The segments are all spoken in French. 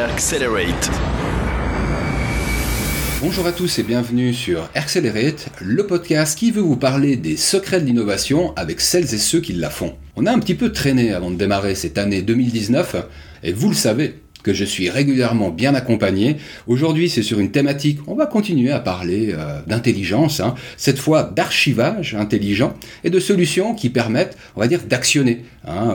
Accelerate. Bonjour à tous et bienvenue sur Accelerate, le podcast qui veut vous parler des secrets de l'innovation avec celles et ceux qui la font. On a un petit peu traîné avant de démarrer cette année 2019 et vous le savez que je suis régulièrement bien accompagné. Aujourd'hui, c'est sur une thématique, on va continuer à parler d'intelligence, cette fois d'archivage intelligent et de solutions qui permettent, on va dire, d'actionner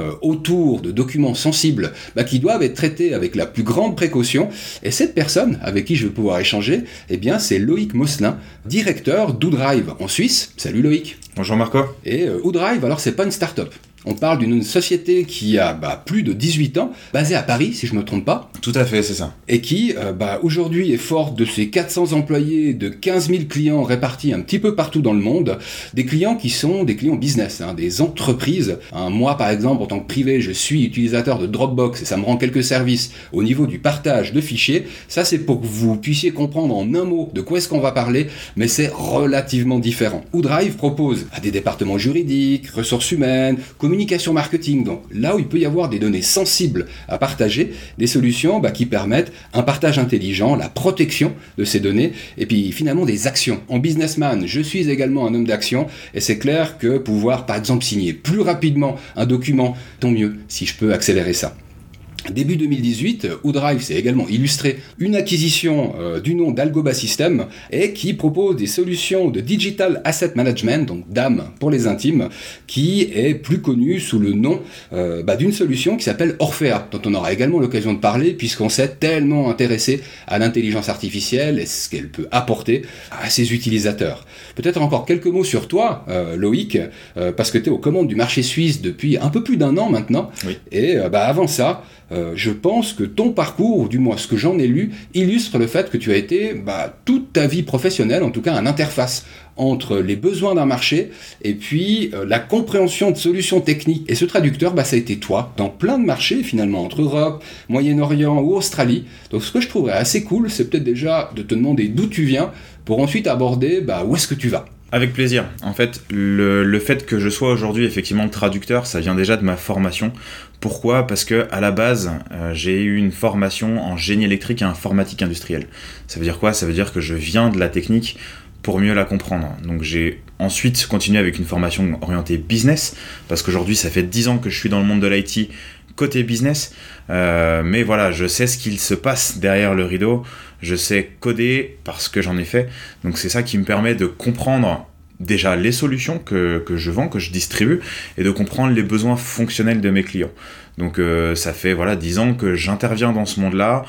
autour de documents sensibles qui doivent être traités avec la plus grande précaution. Et cette personne avec qui je vais pouvoir échanger, c'est Loïc Mosselin, directeur d'Oudrive en Suisse. Salut Loïc. Bonjour Marco. Et Oudrive, alors c'est pas une start-up. On parle d'une société qui a plus de 18 ans, basée à Paris, si je ne me trompe pas. Tout à fait, c'est ça. Et qui, aujourd'hui, est forte de ses 400 employés, de 15 000 clients répartis un petit peu partout dans le monde. Des clients qui sont des clients business, des entreprises. Moi, par exemple, en tant que privé, je suis utilisateur de Dropbox et ça me rend quelques services au niveau du partage de fichiers. Ça, c'est pour que vous puissiez comprendre en un mot de quoi est-ce qu'on va parler, mais c'est relativement différent. Oudrive propose à des départements juridiques, ressources humaines, communication marketing, donc là où il peut y avoir des données sensibles à partager, des solutions qui permettent un partage intelligent, la protection de ces données, et puis finalement des actions. En businessman, je suis également un homme d'action, et c'est clair que pouvoir par exemple signer plus rapidement un document, tant mieux si je peux accélérer ça. Début 2018, Oudrive s'est également illustré une acquisition du nom d'Algoba Systems et qui propose des solutions de Digital Asset Management, donc DAM pour les intimes, qui est plus connue sous le nom d'une solution qui s'appelle Orphea, dont on aura également l'occasion de parler puisqu'on s'est tellement intéressé à l'intelligence artificielle et ce qu'elle peut apporter à ses utilisateurs. Peut-être encore quelques mots sur toi, Loïc, parce que tu es aux commandes du marché suisse depuis un peu plus d'1 an maintenant, oui. Et avant ça, je pense que ton parcours, ou du moins ce que j'en ai lu, illustre le fait que tu as été toute ta vie professionnelle, en tout cas, une interface entre les besoins d'un marché et puis la compréhension de solutions techniques. Et ce traducteur, ça a été toi, dans plein de marchés finalement, entre Europe, Moyen-Orient ou Australie. Donc ce que je trouverais assez cool, c'est peut-être déjà de te demander d'où tu viens pour ensuite aborder où est-ce que tu vas. Avec plaisir. En fait, le fait que je sois aujourd'hui effectivement traducteur, ça vient déjà de ma formation. Pourquoi ? Parce que à la base, j'ai eu une formation en génie électrique et informatique industrielle. Ça veut dire quoi ? Ça veut dire que je viens de la technique pour mieux la comprendre. Donc j'ai ensuite continué avec une formation orientée business, parce qu'aujourd'hui ça fait 10 ans que je suis dans le monde de l'IT côté business, mais voilà, je sais ce qu'il se passe derrière le rideau, je sais coder parce que j'en ai fait, donc c'est ça qui me permet de comprendre déjà les solutions que je vends, que je distribue, et de comprendre les besoins fonctionnels de mes clients. Donc ça fait 10 ans que j'interviens dans ce monde-là,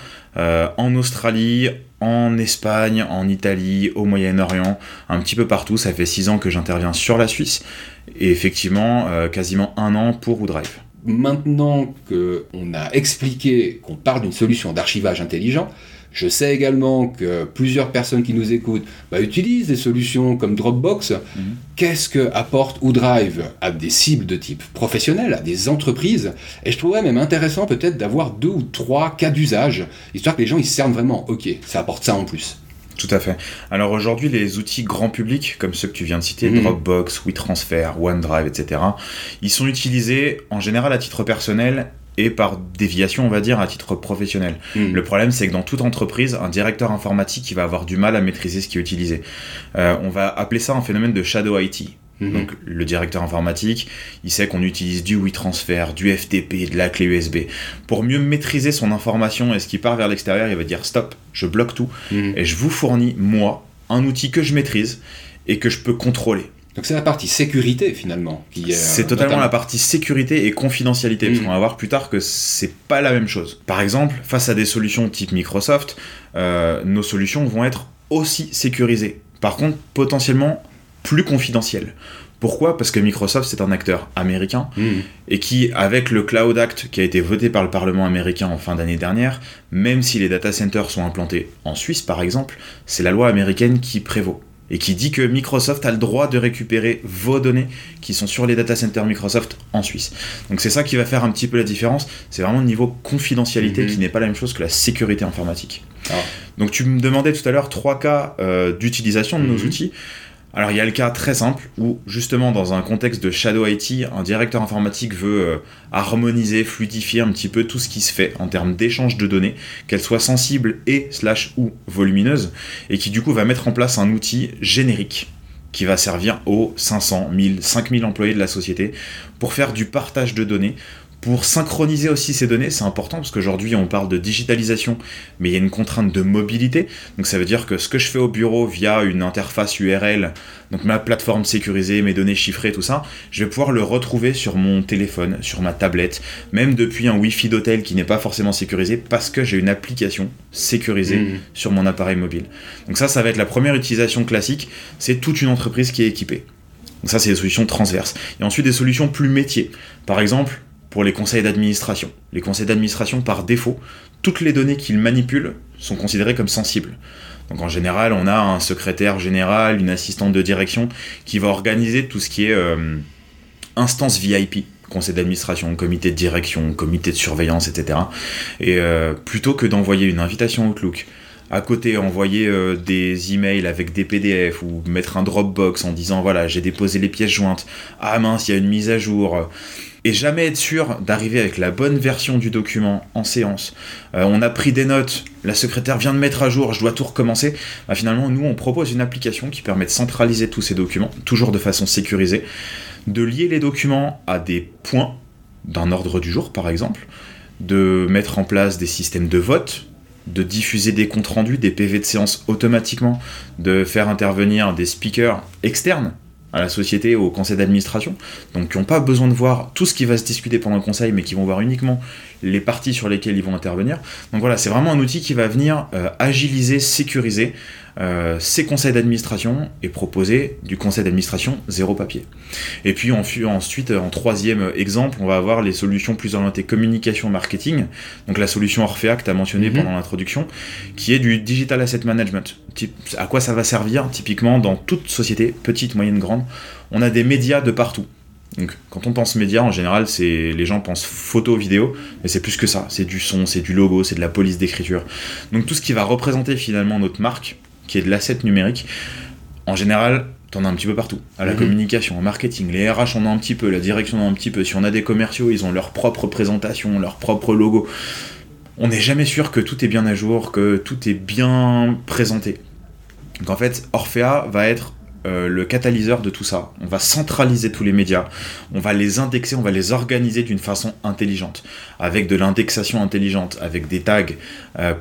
en Australie, en Espagne, en Italie, au Moyen-Orient, un petit peu partout. Ça fait 6 ans que j'interviens sur la Suisse, et effectivement quasiment 1 an pour Oudrive. Maintenant qu'on a expliqué qu'on parle d'une solution d'archivage intelligent, je sais également que plusieurs personnes qui nous écoutent utilisent des solutions comme Dropbox. Qu'est-ce que apporte Oudrive à des cibles de type professionnel, à des entreprises ? Et je trouverais même intéressant peut-être d'avoir 2 ou 3 cas d'usage, histoire que les gens ils se cernent vraiment, ok, ça apporte ça en plus. Tout à fait. Alors aujourd'hui, les outils grand public, comme ceux que tu viens de citer, Dropbox, WeTransfer, OneDrive, etc., ils sont utilisés en général à titre personnel et par déviation, on va dire, à titre professionnel. Le problème, c'est que dans toute entreprise, un directeur informatique il va avoir du mal à maîtriser ce qui est utilisé. On va appeler ça un phénomène de shadow IT. Donc le directeur informatique, il sait qu'on utilise du WeTransfer, du FTP, de la clé USB. Pour mieux maîtriser son information et ce qui part vers l'extérieur, il va dire stop, je bloque tout et je vous fournis, moi, un outil que je maîtrise et que je peux contrôler. Donc c'est la partie sécurité finalement qui est... C'est totalement la partie sécurité et confidentialité, parce qu'on va voir plus tard que c'est pas la même chose. Par exemple, face à des solutions type Microsoft, nos solutions vont être aussi sécurisées. Par contre, potentiellement plus confidentielles. Pourquoi ? Parce que Microsoft, c'est un acteur américain et qui, avec le Cloud Act qui a été voté par le Parlement américain en fin d'année dernière, même si les data centers sont implantés en Suisse, par exemple, c'est la loi américaine qui prévaut et qui dit que Microsoft a le droit de récupérer vos données qui sont sur les data centers Microsoft en Suisse. Donc c'est ça qui va faire un petit peu la différence, c'est vraiment le niveau confidentialité qui n'est pas la même chose que la sécurité informatique. Donc tu me demandais tout à l'heure 3 cas d'utilisation de nos outils. Alors il y a le cas très simple où justement dans un contexte de Shadow IT, un directeur informatique veut harmoniser, fluidifier un petit peu tout ce qui se fait en termes d'échange de données, qu'elles soient sensibles ou volumineuses, et qui du coup va mettre en place un outil générique qui va servir aux 500, 1000, 5000 employés de la société pour faire du partage de données, pour synchroniser aussi ces données. C'est important parce qu'aujourd'hui on parle de digitalisation, mais il y a une contrainte de mobilité. Donc ça veut dire que ce que je fais au bureau via une interface URL, donc ma plateforme sécurisée, mes données chiffrées, tout ça, je vais pouvoir le retrouver sur mon téléphone, sur ma tablette, même depuis un Wi-Fi d'hôtel qui n'est pas forcément sécurisé parce que j'ai une application sécurisée sur mon appareil mobile. Donc ça va être la première utilisation classique, c'est toute une entreprise qui est équipée. Donc ça c'est des solutions transverses. Et ensuite des solutions plus métiers. Par exemple, pour les conseils d'administration. Les conseils d'administration, par défaut, toutes les données qu'ils manipulent sont considérées comme sensibles. Donc en général, on a un secrétaire général, une assistante de direction qui va organiser tout ce qui est instance VIP, conseil d'administration, comité de direction, comité de surveillance, etc. Et plutôt que d'envoyer une invitation Outlook, à côté envoyer des emails avec des PDF ou mettre un Dropbox en disant voilà j'ai déposé les pièces jointes, ah mince il y a une mise à jour, et jamais être sûr d'arriver avec la bonne version du document en séance. On a pris des notes, la secrétaire vient de mettre à jour, je dois tout recommencer. Finalement, nous, on propose une application qui permet de centraliser tous ces documents, toujours de façon sécurisée, de lier les documents à des points d'un ordre du jour, par exemple, de mettre en place des systèmes de vote, de diffuser des comptes rendus, des PV de séance automatiquement, de faire intervenir des speakers externes à la société, au conseil d'administration, donc qui n'ont pas besoin de voir tout ce qui va se discuter pendant le conseil, mais qui vont voir uniquement les parties sur lesquelles ils vont intervenir. Donc voilà, c'est vraiment un outil qui va venir agiliser, sécuriser ces conseils d'administration et proposer du conseil d'administration zéro papier. Et puis ensuite, en troisième exemple, on va avoir les solutions plus orientées communication marketing, donc la solution Orphea que tu as mentionné pendant l'introduction, qui est du digital asset management. À quoi ça va servir? Typiquement, dans toute société, petite, moyenne, grande, on a des médias de partout. Donc, quand on pense médias, en général, les gens pensent photo, vidéo, mais c'est plus que ça. C'est du son, c'est du logo, c'est de la police d'écriture. Donc tout ce qui va représenter finalement notre marque, qui est de l'asset numérique, en général, t'en as un petit peu partout. À la communication, au marketing, les RH on a un petit peu, la direction on a un petit peu. Si on a des commerciaux, ils ont leur propre présentation, leur propre logo. On n'est jamais sûr que tout est bien à jour, que tout est bien présenté. Donc en fait, Orphea va être le catalyseur de tout ça. On va centraliser tous les médias, on va les indexer, on va les organiser d'une façon intelligente, avec de l'indexation intelligente, avec des tags. Pourquoi ?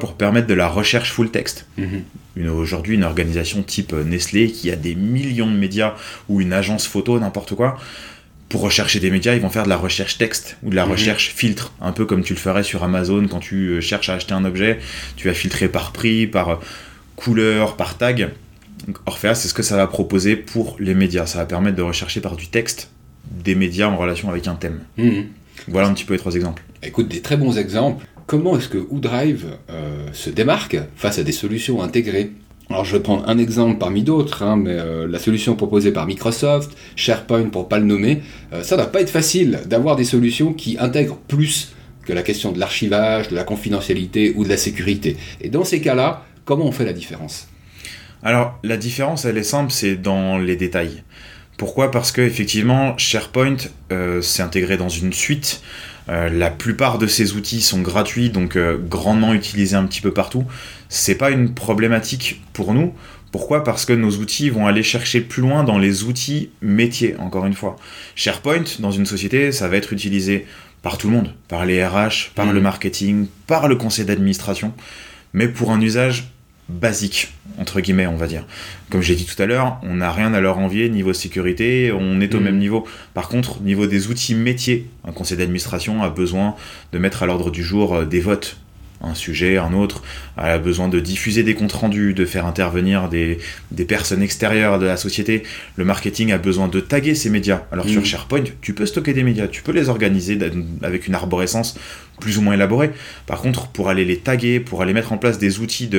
Pour permettre de la recherche full text. Aujourd'hui, une organisation type Nestlé qui a des millions de médias, ou une agence photo, n'importe quoi, pour rechercher des médias, ils vont faire de la recherche texte ou de la recherche filtre, un peu comme tu le ferais sur Amazon quand tu cherches à acheter un objet, tu vas filtrer par prix, par couleur, par tag. Donc Orphea, c'est ce que ça va proposer pour les médias. Ça va permettre de rechercher par du texte des médias en relation avec un thème. Voilà un petit peu les trois exemples. Écoute, des très bons exemples. Comment est-ce que OuDrive se démarque face à des solutions intégrées ? Alors je vais prendre un exemple parmi d'autres, mais la solution proposée par Microsoft, SharePoint pour pas le nommer, ça ne doit pas être facile d'avoir des solutions qui intègrent plus que la question de l'archivage, de la confidentialité ou de la sécurité. Et dans ces cas-là, comment on fait la différence ? Alors, la différence, elle est simple, c'est dans les détails. Pourquoi ? Parce que effectivement, SharePoint, c'est intégré dans une suite. La plupart de ces outils sont gratuits, donc grandement utilisés un petit peu partout. C'est pas une problématique pour nous. Pourquoi ? Parce que nos outils vont aller chercher plus loin dans les outils métiers, encore une fois. SharePoint, dans une société, ça va être utilisé par tout le monde, par les RH, par le marketing, par le conseil d'administration, mais pour un usage basique, entre guillemets, on va dire. Comme j'ai dit tout à l'heure, on n'a rien à leur envier niveau sécurité, on est au même niveau. Par contre, niveau des outils métiers, un conseil d'administration a besoin de mettre à l'ordre du jour des votes, un sujet, un autre, a besoin de diffuser des comptes rendus, de faire intervenir des personnes extérieures de la société. Le marketing a besoin de taguer ces médias. Alors sur SharePoint, tu peux stocker des médias, tu peux les organiser avec une arborescence plus ou moins élaborée. Par contre, pour aller les taguer, pour aller mettre en place des outils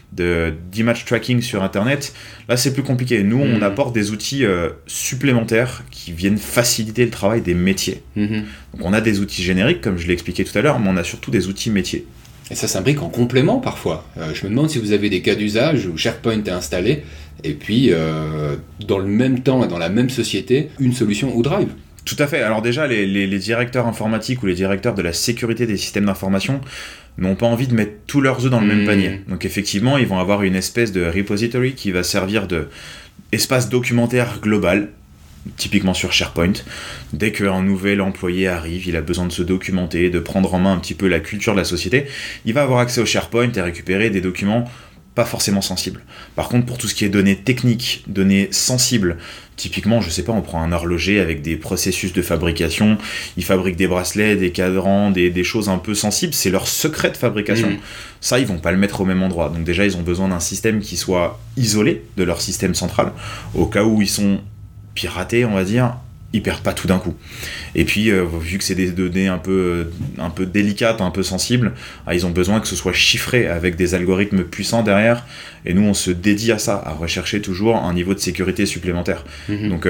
d'image tracking sur Internet, là c'est plus compliqué. Nous, on apporte des outils supplémentaires qui viennent faciliter le travail des métiers. Donc on a des outils génériques, comme je l'ai expliqué tout à l'heure, mais on a surtout des outils métiers. Et ça s'imbrique en complément parfois. Je me demande si vous avez des cas d'usage où SharePoint est installé et puis dans le même temps et dans la même société, une solution ODrive. Tout à fait. Alors déjà, les directeurs informatiques ou les directeurs de la sécurité des systèmes d'information n'ont pas envie de mettre tous leurs œufs dans le même panier. Donc effectivement, ils vont avoir une espèce de repository qui va servir de espace documentaire global, typiquement sur SharePoint. Dès qu'un nouvel employé arrive, il a besoin de se documenter, de prendre en main un petit peu la culture de la société, il va avoir accès au SharePoint et récupérer des documents pas forcément sensibles. Par contre, pour tout ce qui est données techniques, données sensibles, typiquement, je sais pas, on prend un horloger avec des processus de fabrication, il fabrique des bracelets, des cadrans, des choses un peu sensibles, c'est leur secret de fabrication. Ça, ils vont pas le mettre au même endroit. Donc déjà, ils ont besoin d'un système qui soit isolé de leur système central, au cas où ils sont piratés, on va dire, ils perdent pas tout d'un coup. Et puis, vu que c'est des données un peu délicates, un peu sensibles, ils ont besoin que ce soit chiffré avec des algorithmes puissants derrière. Et nous, on se dédie à ça, à rechercher toujours un niveau de sécurité supplémentaire. Donc,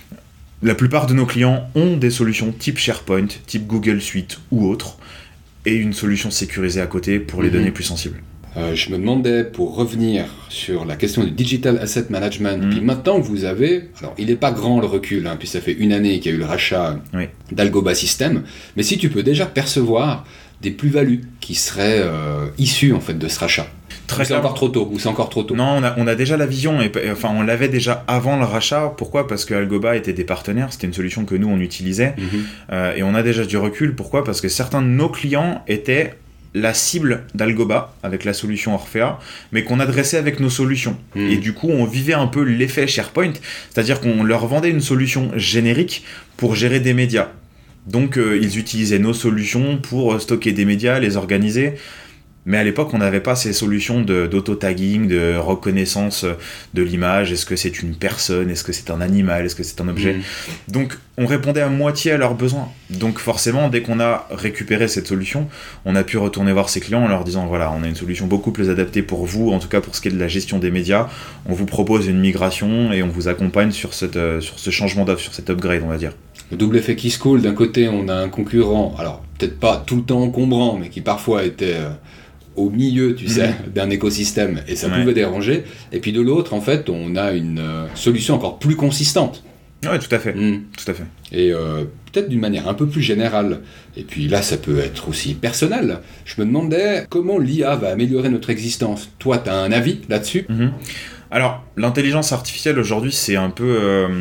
la plupart de nos clients ont des solutions type SharePoint, type Google Suite ou autre, et une solution sécurisée à côté pour les données plus sensibles. Je me demandais, pour revenir sur la question du Digital Asset Management, puis maintenant que vous avez, alors il n'est pas grand le recul, puis ça fait une année qu'il y a eu le rachat d'Algoba Systems, mais si tu peux déjà percevoir des plus-values qui seraient issues en fait de ce rachat. C'est encore trop tôt, ou c'est encore trop tôt? Non, on a déjà la vision, et enfin on l'avait déjà avant le rachat. Pourquoi? Parce que Algoba était des partenaires, c'était une solution que nous on utilisait, et on a déjà du recul. Pourquoi? Parce que certains de nos clients étaient la cible d'Algoba avec la solution Orphea, mais qu'on adressait avec nos solutions. Et du coup, on vivait un peu l'effet SharePoint, c'est-à-dire qu'on leur vendait une solution générique pour gérer des médias. Donc, ils utilisaient nos solutions pour stocker des médias, les organiser. Mais à l'époque, on n'avait pas ces solutions d'auto-tagging, de reconnaissance de l'image. Est-ce que c'est une personne? Est-ce que c'est un animal? Est-ce que c'est un objet? Donc, on répondait à moitié à leurs besoins. Donc, forcément, dès qu'on a récupéré cette solution, on a pu retourner voir ses clients en leur disant, voilà, on a une solution beaucoup plus adaptée pour vous, en tout cas pour ce qui est de la gestion des médias. On vous propose une migration et on vous accompagne sur ce changement d'offre, sur cet upgrade, on va dire. Le double effet qui se coule, d'un côté, on a un concurrent, alors peut-être pas tout le temps encombrant, mais qui parfois était au milieu, tu sais, d'un écosystème, et ça pouvait déranger. Et puis de l'autre, en fait, on a une solution encore plus consistante. Oui, tout à fait. Tout à fait. Et peut-être d'une manière un peu plus générale. Et puis là, ça peut être aussi personnel. Je me demandais comment l'IA va améliorer notre existence. Toi, tu as un avis là-dessus? Alors, l'intelligence artificielle aujourd'hui, c'est un peu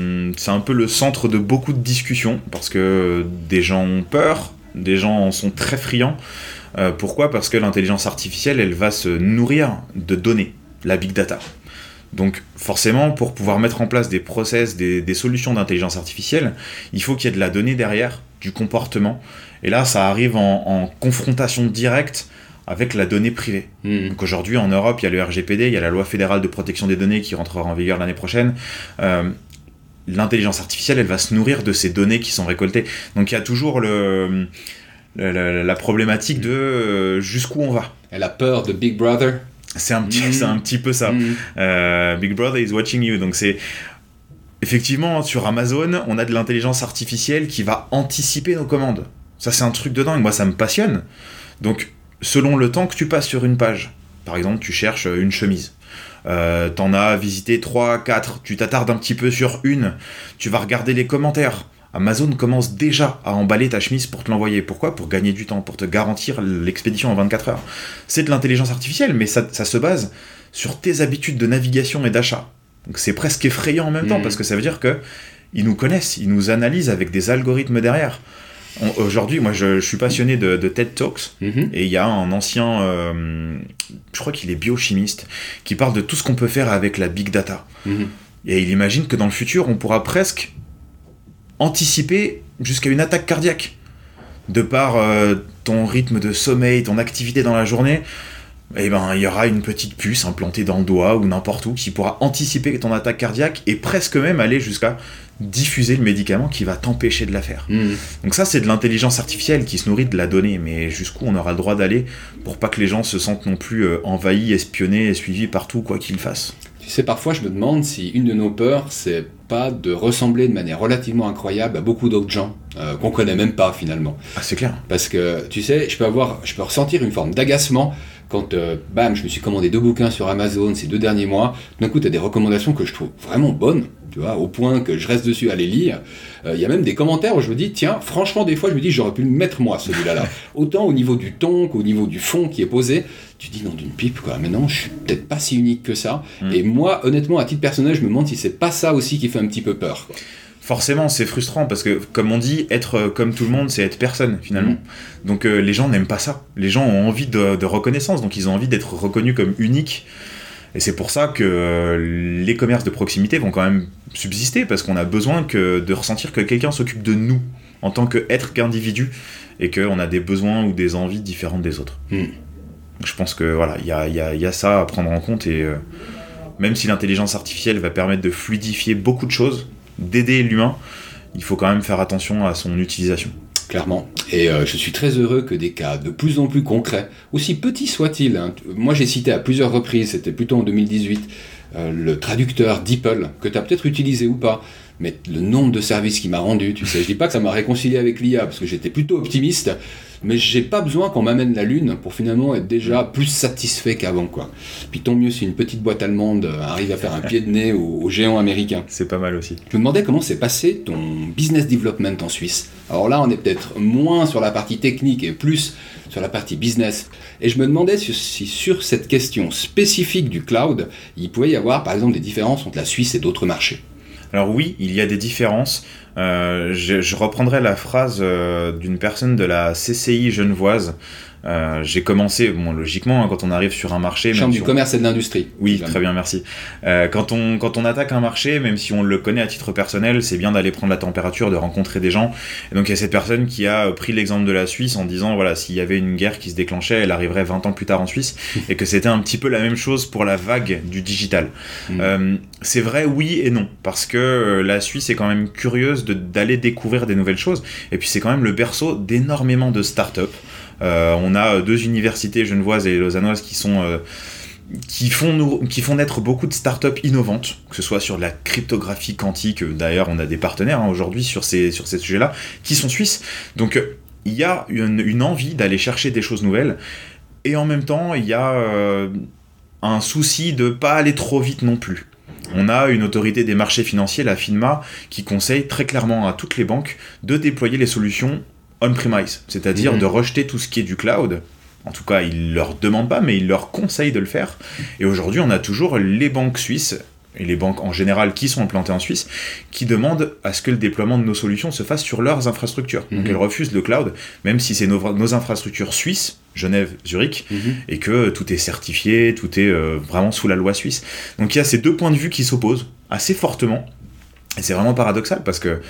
le centre de beaucoup de discussions, parce que des gens ont peur, des gens en sont très friands. Pourquoi? Parce que l'intelligence artificielle, elle va se nourrir de données, la big data. Donc forcément, pour pouvoir mettre en place des process, des solutions d'intelligence artificielle, il faut qu'il y ait de la donnée derrière, du comportement. Et là, ça arrive en confrontation directe avec la donnée privée. Donc aujourd'hui, en Europe, il y a le RGPD, il y a la loi fédérale de protection des données qui rentrera en vigueur l'année prochaine. L'intelligence artificielle, elle va se nourrir de ces données qui sont récoltées. Donc il y a toujours la problématique de jusqu'où on va. Elle a peur de Big Brother. C'est un petit peu ça. Big Brother is watching you. Donc c'est effectivement sur Amazon, on a de l'intelligence artificielle qui va anticiper nos commandes. Ça, c'est un truc de dingue. Moi, ça me passionne. Donc selon le temps que tu passes sur une page, par exemple, tu cherches une chemise. T'en as visité 3, 4, tu t'attardes un petit peu sur une, tu vas regarder les commentaires. Amazon commence déjà à emballer ta chemise pour te l'envoyer. Pourquoi? Pour gagner du temps, pour te garantir l'expédition en 24 heures. C'est de l'intelligence artificielle, mais ça se base sur tes habitudes de navigation et d'achat. Donc c'est presque effrayant en même temps, parce que ça veut dire qu'ils nous connaissent, ils nous analysent avec des algorithmes derrière. Aujourd'hui, moi je suis passionné de TED Talks, et il y a un ancien, je crois qu'il est biochimiste, qui parle de tout ce qu'on peut faire avec la big data. Et il imagine que dans le futur, on pourra presque anticiper jusqu'à une attaque cardiaque. De par ton rythme de sommeil, ton activité dans la journée, il y aura une petite puce implantée dans le doigt ou n'importe où qui pourra anticiper ton attaque cardiaque et presque même aller jusqu'à diffuser le médicament qui va t'empêcher de la faire. Donc ça, c'est de l'intelligence artificielle qui se nourrit de la donnée, mais jusqu'où on aura le droit d'aller pour pas que les gens se sentent non plus envahis, espionnés et suivis partout, quoi qu'ils fassent. Tu sais, parfois je me demande si une de nos peurs, c'est pas de ressembler de manière relativement incroyable à beaucoup d'autres gens qu'on connaît même pas finalement. Ah, c'est clair. Parce que, tu sais, je peux ressentir une forme d'agacement quand bam, je me suis commandé 2 bouquins sur Amazon ces 2 derniers mois, d'un coup tu as des recommandations que je trouve vraiment bonnes, tu vois, au point que je reste dessus à les lire. Il y a même des commentaires où je me dis, tiens, franchement, des fois, je me dis, j'aurais pu le mettre moi, celui-là. Autant au niveau du ton qu'au niveau du fond qui est posé, tu dis, non, d'une pipe, quoi. Mais non, je suis peut-être pas si unique que ça. Et moi, honnêtement, à titre personnel, je me demande si c'est pas ça aussi qui fait un petit peu peur, quoi. Forcément, c'est frustrant parce que, comme on dit, être comme tout le monde, c'est être personne, finalement. Donc, les gens n'aiment pas ça. Les gens ont envie de reconnaissance, donc ils ont envie d'être reconnus comme uniques. Et c'est pour ça que les commerces de proximité vont quand même subsister, parce qu'on a besoin de ressentir que quelqu'un s'occupe de nous en tant qu'être qu'individu, et qu'on a des besoins ou des envies différentes des autres. Je pense que voilà, il y a ça à prendre en compte, et même si l'intelligence artificielle va permettre de fluidifier beaucoup de choses, d'aider l'humain, il faut quand même faire attention à son utilisation. Clairement. Et je suis très heureux que des cas de plus en plus concrets, aussi petits soient-ils, hein. Moi j'ai cité à plusieurs reprises, c'était plutôt en 2018, le traducteur DeepL, que tu as peut-être utilisé ou pas, mais le nombre de services qu'il m'a rendu, tu sais, je dis pas que ça m'a réconcilié avec l'IA, parce que j'étais plutôt optimiste, mais j'ai pas besoin qu'on m'amène la Lune pour finalement être déjà plus satisfait qu'avant, quoi. Puis tant mieux si une petite boîte allemande arrive à faire un pied de nez aux géants américains. C'est pas mal aussi. Je me demandais comment s'est passé ton business development en Suisse. Alors là, on est peut-être moins sur la partie technique et plus sur la partie business. Et je me demandais si sur cette question spécifique du cloud, il pouvait y avoir par exemple des différences entre la Suisse et d'autres marchés. Alors oui, il y a des différences. Je reprendrai la phrase d'une personne de la CCI genevoise. J'ai commencé, bon, logiquement, hein, quand on arrive sur un marché... Chambre du commerce et de l'industrie. Oui, très bien, merci. Quand on attaque un marché, même si on le connaît à titre personnel, c'est bien d'aller prendre la température, de rencontrer des gens. Et donc il y a cette personne qui a pris l'exemple de la Suisse en disant, voilà, s'il y avait une guerre qui se déclenchait, elle arriverait 20 ans plus tard en Suisse, et que c'était un petit peu la même chose pour la vague du digital. C'est vrai, oui et non, parce que la Suisse est quand même curieuse d'aller découvrir des nouvelles choses, et puis c'est quand même le berceau d'énormément de startups. On a 2 universités genevoises et lausannoises qui font naître beaucoup de startups innovantes, que ce soit sur de la cryptographie quantique. D'ailleurs, on a des partenaires aujourd'hui sur ces sujets-là qui sont suisses. Donc, il y a une envie d'aller chercher des choses nouvelles, et en même temps, il y a un souci de pas aller trop vite non plus. On a une autorité des marchés financiers, la FINMA, qui conseille très clairement à toutes les banques de déployer les solutions on-premise, c'est-à-dire de rejeter tout ce qui est du cloud. En tout cas, ils ne leur demandent pas, mais ils leur conseillent de le faire. Et aujourd'hui, on a toujours les banques suisses, et les banques en général qui sont implantées en Suisse, qui demandent à ce que le déploiement de nos solutions se fasse sur leurs infrastructures. Donc elles refusent le cloud, même si c'est nos infrastructures suisses, Genève, Zurich, et que tout est certifié, tout est vraiment sous la loi suisse. Donc il y a ces 2 points de vue qui s'opposent assez fortement, et c'est vraiment paradoxal, parce que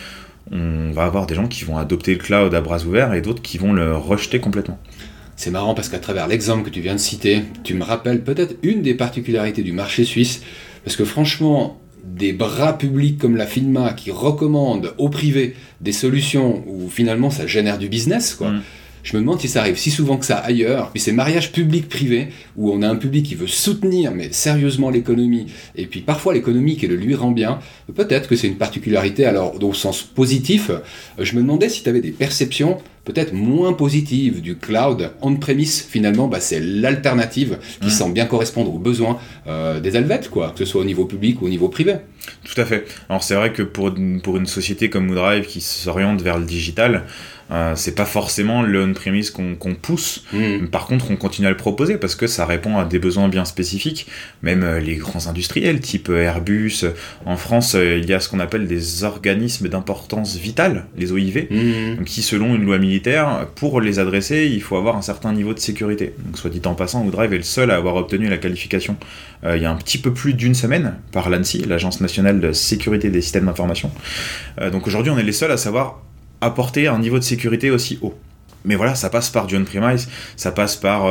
on va avoir des gens qui vont adopter le cloud à bras ouverts et d'autres qui vont le rejeter complètement. C'est marrant parce qu'à travers l'exemple que tu viens de citer, tu me rappelles peut-être une des particularités du marché suisse, parce que franchement, des bras publics comme la FINMA qui recommandent au privé des solutions où finalement ça génère du business, quoi. Je me demande si ça arrive si souvent que ça ailleurs. Puis ces mariages public-privé, où on a un public qui veut soutenir, mais sérieusement, l'économie, et puis parfois l'économie qui le lui rend bien, peut-être que c'est une particularité, alors au sens positif. Je me demandais si tu avais des perceptions peut-être moins positives du cloud on-premise. Finalement, c'est l'alternative qui semble bien correspondre aux besoins des Helvètes, quoi, que ce soit au niveau public ou au niveau privé. Tout à fait. Alors c'est vrai que pour une société comme Moodrive qui s'oriente vers le digital, c'est pas forcément le on-premise qu'on pousse. Par contre, on continue à le proposer parce que ça répond à des besoins bien spécifiques. Même les grands industriels, type Airbus. En France, il y a ce qu'on appelle des organismes d'importance vitale, les OIV, qui, selon une loi militaire, pour les adresser, il faut avoir un certain niveau de sécurité. Donc, soit dit en passant, Moodrive est le seul à avoir obtenu la qualification il y a un petit peu plus d'1 semaine par l'ANSSI, l'Agence nationale de sécurité des systèmes d'information. Donc aujourd'hui, on est les seuls à savoir apporter un niveau de sécurité aussi haut. Mais voilà, ça passe par du on-premise, ça passe par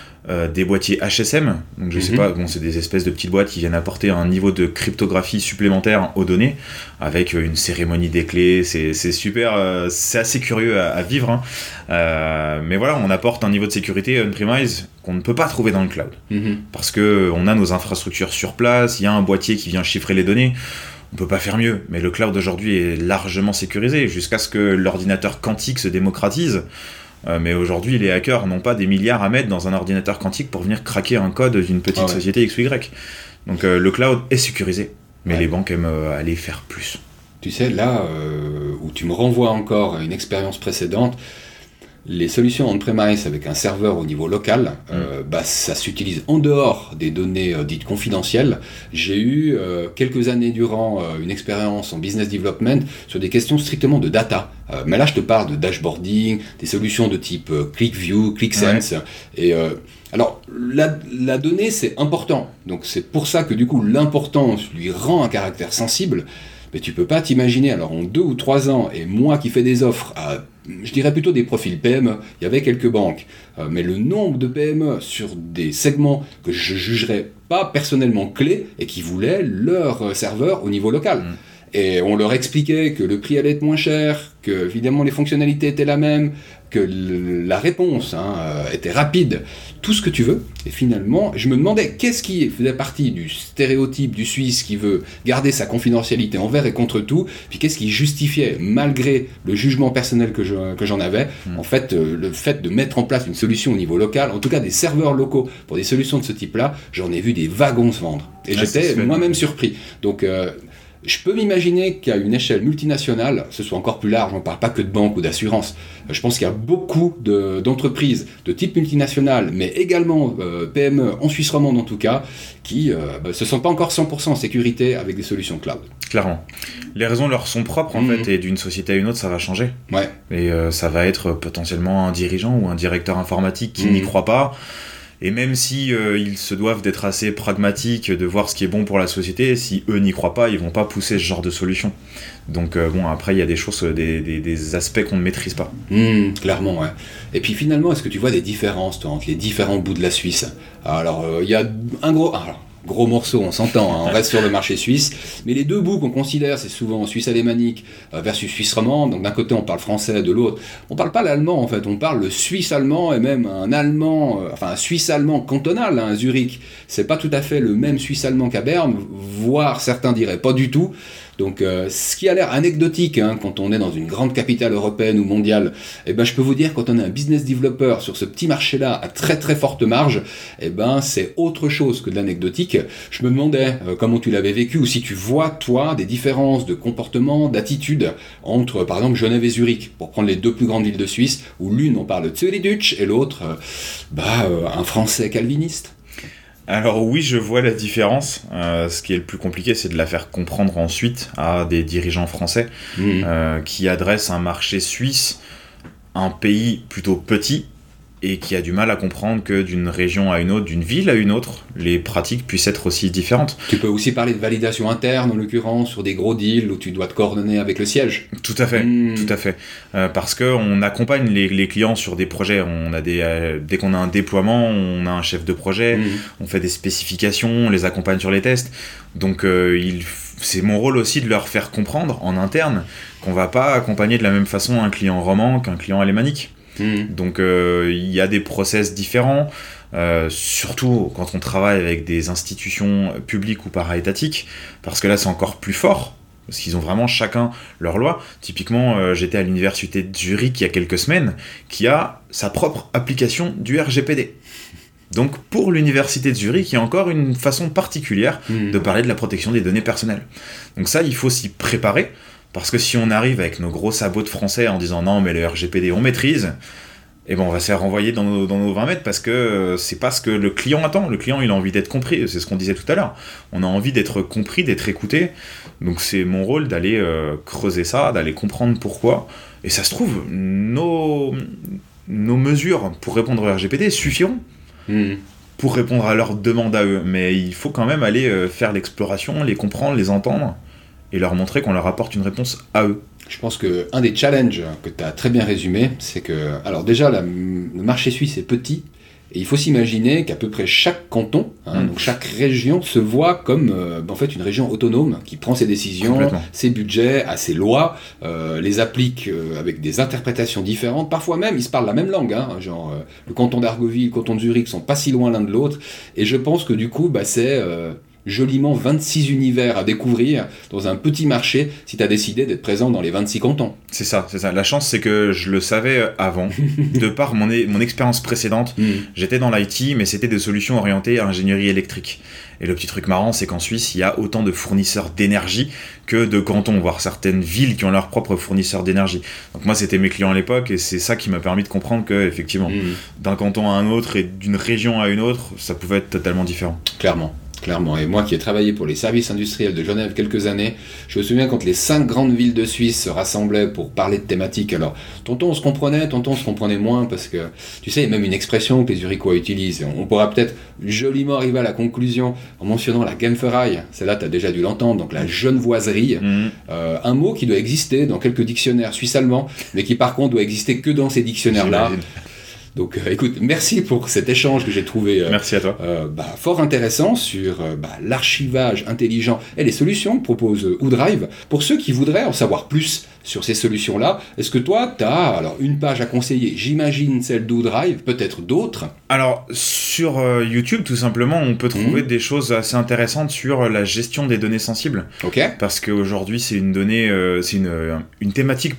des boîtiers HSM, donc je sais pas, bon, c'est des espèces de petites boîtes qui viennent apporter un niveau de cryptographie supplémentaire aux données, avec une cérémonie des clés, c'est super, c'est assez curieux à vivre, hein. Mais voilà, on apporte un niveau de sécurité on-premise qu'on ne peut pas trouver dans le cloud, parce qu'on a nos infrastructures sur place, il y a un boîtier qui vient chiffrer les données. On peut pas faire mieux, mais le cloud aujourd'hui est largement sécurisé. Jusqu'à ce que l'ordinateur quantique se démocratise, Mais aujourd'hui, les hackers n'ont pas des milliards à mettre dans un ordinateur quantique pour venir craquer un code d'une petite société X ou Y. Donc le cloud est sécurisé, mais les banques aiment aller faire plus. Tu sais, là où tu me renvoies encore à une expérience précédente, les solutions on-premise avec un serveur au niveau local, ça s'utilise en dehors des données dites confidentielles. J'ai eu quelques années durant une expérience en business development sur des questions strictement de data. Mais là, je te parle de dashboarding, des solutions de type ClickView, ClickSense. Et alors, la donnée, c'est important. Donc, c'est pour ça que du coup, l'importance lui rend un caractère sensible. Mais tu peux pas t'imaginer, alors en 2 ou 3 ans, et moi qui fais des offres à, je dirais plutôt des profils PME, il y avait quelques banques, mais le nombre de PME sur des segments que je jugerais pas personnellement clés et qui voulaient leur serveur au niveau local. Et on leur expliquait que le prix allait être moins cher, que évidemment les fonctionnalités étaient la même, que la réponse était rapide, tout ce que tu veux. Et finalement, je me demandais qu'est-ce qui faisait partie du stéréotype du Suisse qui veut garder sa confidentialité envers et contre tout, puis qu'est-ce qui justifiait, malgré le jugement personnel que j'en avais, en fait, le fait de mettre en place une solution au niveau local, en tout cas des serveurs locaux pour des solutions de ce type-là, j'en ai vu des wagons se vendre. Et j'étais moi-même surpris. Donc, je peux m'imaginer qu'à une échelle multinationale, ce soit encore plus large, on ne parle pas que de banque ou d'assurance. Je pense qu'il y a beaucoup d'entreprises de type multinationale, mais également PME, en Suisse romande en tout cas, qui ne se sentent pas encore 100% en sécurité avec des solutions cloud. Clairement. Les raisons leur sont propres en fait, et d'une société à une autre, ça va changer. Ouais. Et ça va être potentiellement un dirigeant ou un directeur informatique qui n'y croit pas. Et même si ils se doivent d'être assez pragmatiques, de voir ce qui est bon pour la société, si eux n'y croient pas, ils vont pas pousser ce genre de solution. Donc après il y a des choses, des aspects qu'on ne maîtrise pas. Clairement, ouais. Et puis finalement, est-ce que tu vois des différences entre les différents bouts de la Suisse ? Alors il y a un gros morceau, on s'entend, on reste sur le marché suisse, mais les deux bouts qu'on considère, c'est souvent Suisse alémanique versus Suisse romande, donc d'un côté on parle français, de l'autre, on parle pas l'allemand en fait, on parle le suisse-allemand et même un suisse-allemand cantonal, Zurich, c'est pas tout à fait le même suisse-allemand qu'à Berne, voire certains diraient pas du tout. Donc, ce qui a l'air anecdotique quand on est dans une grande capitale européenne ou mondiale, je peux vous dire, quand on est un business developer sur ce petit marché-là à très très forte marge, c'est autre chose que de l'anecdotique. Je me demandais comment tu l'avais vécu, ou si tu vois, toi, des différences de comportement, d'attitude entre, par exemple, Genève et Zurich, pour prendre les deux plus grandes villes de Suisse, où l'une, on parle Zürichdeutsch, et l'autre, un français calviniste. Alors oui, je vois la différence. Ce qui est le plus compliqué, c'est de la faire comprendre ensuite à des dirigeants français qui adressent un marché suisse, un pays plutôt petit, et qui a du mal à comprendre que d'une région à une autre, d'une ville à une autre, les pratiques puissent être aussi différentes. Tu peux aussi parler de validation interne, en l'occurrence, sur des gros deals où tu dois te coordonner avec le siège. Tout à fait, tout à fait. Parce qu'on accompagne les clients sur des projets. Dès qu'on a un déploiement, on a un chef de projet, on fait des spécifications, on les accompagne sur les tests. Donc c'est mon rôle aussi de leur faire comprendre en interne qu'on ne va pas accompagner de la même façon un client roman qu'un client alémanique. Donc il y a des process différents, surtout quand on travaille avec des institutions publiques ou para-étatiques, parce que là c'est encore plus fort, parce qu'ils ont vraiment chacun leur loi. Typiquement, j'étais à l'université de Zurich il y a quelques semaines, qui a sa propre application du RGPD. Donc pour l'université de Zurich, il y a encore une façon particulière de parler de la protection des données personnelles. Donc ça, il faut s'y préparer. Parce que si on arrive avec nos gros sabots de français en disant non mais le RGPD on maîtrise, on va se faire renvoyer dans nos 20 mètres parce que c'est pas ce que le client attend. Le client il a envie d'être compris, c'est ce qu'on disait tout à l'heure. On a envie d'être compris, d'être écouté. Donc c'est mon rôle d'aller creuser ça, d'aller comprendre pourquoi. Et ça se trouve, nos mesures pour répondre au RGPD suffiront. Pour répondre à leurs demandes à eux. Mais il faut quand même aller faire l'exploration, les comprendre, les entendre, et leur montrer qu'on leur apporte une réponse à eux. Je pense qu'un des challenges que tu as très bien résumé, c'est que, alors déjà, le marché suisse est petit, et il faut s'imaginer qu'à peu près chaque canton, donc chaque région, se voit comme en fait une région autonome qui prend ses décisions, ses budgets, a ses lois, les applique avec des interprétations différentes. Parfois même, ils se parlent la même langue, le canton d'Argovie, le canton de Zurich sont pas si loin l'un de l'autre, et je pense que du coup, c'est joliment 26 univers à découvrir dans un petit marché si tu as décidé d'être présent dans les 26 cantons. C'est ça. La chance, c'est que je le savais avant. De par mon expérience précédente, j'étais dans l'IT, mais c'était des solutions orientées à ingénierie électrique. Et le petit truc marrant, c'est qu'en Suisse, il y a autant de fournisseurs d'énergie que de cantons, voire certaines villes qui ont leurs propres fournisseurs d'énergie. Donc moi, c'était mes clients à l'époque, et c'est ça qui m'a permis de comprendre que, effectivement, d'un canton à un autre et d'une région à une autre, ça pouvait être totalement différent. Clairement. Et moi qui ai travaillé pour les services industriels de Genève quelques années, je me souviens quand les 5 grandes villes de Suisse se rassemblaient pour parler de thématiques. Alors, tantôt on se comprenait moins, parce que, tu sais, il y a même une expression que les Zurichois utilisent. On pourra peut-être joliment arriver à la conclusion en mentionnant la Genferei. Celle-là, tu as déjà dû l'entendre, donc la genevoiserie. Un mot qui doit exister dans quelques dictionnaires suisse-allemands, mais qui par contre doit exister que dans ces dictionnaires-là. J'imagine. Donc écoute, merci pour cet échange que j'ai trouvé Merci à toi. fort intéressant sur l'archivage intelligent et les solutions que propose OuDrive. Pour ceux qui voudraient en savoir plus sur ces solutions-là, est-ce que toi, tu as alors une page à conseiller? J'imagine celle d'OuDrive, peut-être d'autres. Alors, sur YouTube, tout simplement, on peut trouver des choses assez intéressantes sur la gestion des données sensibles. Ok. Parce qu'aujourd'hui, c'est une donnée, c'est une thématique,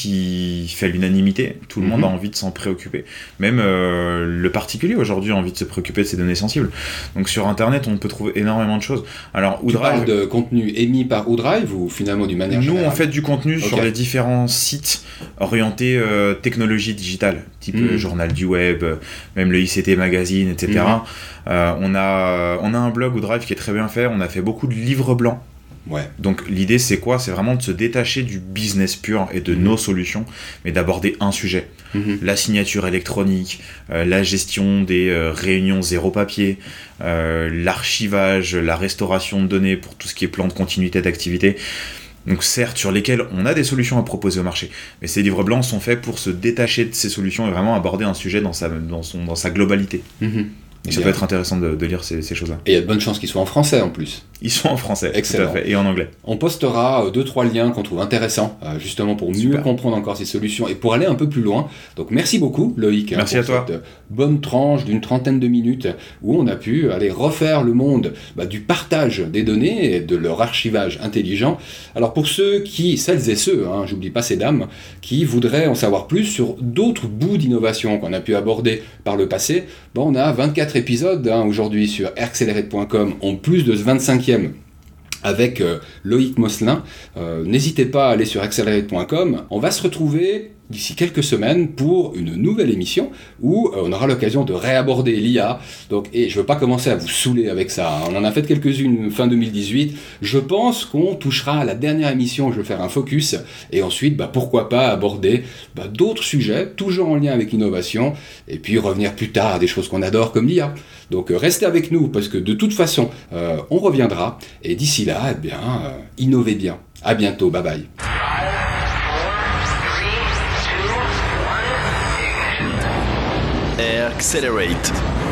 qui fait l'unanimité. Tout le monde a envie de s'en préoccuper. Même le particulier aujourd'hui a envie de se préoccuper de ces données sensibles. Donc sur Internet, on peut trouver énormément de choses. Alors, Tu parles de contenu émis par OuDrive ou finalement d'une manière générale? Nous, on fait du contenu sur les différents sites orientés technologie digitale, type Journal du Web, même le ICT Magazine, etc. On a un blog OuDrive qui est très bien fait. On a fait beaucoup de livres blancs. Ouais. Donc l'idée c'est quoi? C'est vraiment de se détacher du business pur et de nos solutions, mais d'aborder un sujet. La signature électronique, la gestion des réunions zéro papier, l'archivage, la restauration de données pour tout ce qui est plan de continuité d'activité. Donc certes, sur lesquels on a des solutions à proposer au marché, mais ces livres blancs sont faits pour se détacher de ces solutions et vraiment aborder un sujet dans sa globalité. Et ça peut être intéressant de lire ces choses-là. Et il y a de bonnes chances qu'ils soient en français en plus. Ils sont en français, excellent. Tout à fait, et en anglais. On postera 2-3 liens qu'on trouve intéressants, justement pour mieux comprendre encore ces solutions et pour aller un peu plus loin. Donc merci beaucoup Loïc merci pour à toi. cette bonne tranche d'une 30aine de minutes où on a pu aller refaire le monde du partage des données et de leur archivage intelligent. Alors pour celles et ceux, j'oublie pas ces dames, qui voudraient en savoir plus sur d'autres bouts d'innovation qu'on a pu aborder par le passé, on a 24 épisodes aujourd'hui sur accelerate.com, en plus de ce 25e avec Loïc Mosselin. N'hésitez pas à aller sur accelerate.com. On va se retrouver d'ici quelques semaines pour une nouvelle émission où on aura l'occasion de réaborder l'IA. Et je ne veux pas commencer à vous saouler avec ça. On en a fait quelques-unes fin 2018. Je pense qu'on touchera à la dernière émission. Je vais faire un focus et ensuite, pourquoi pas aborder d'autres sujets, toujours en lien avec l'innovation, et puis revenir plus tard à des choses qu'on adore comme l'IA. Donc restez avec nous parce que de toute façon, on reviendra. Et d'ici là, innovez bien. À bientôt. Bye bye. Accelerate.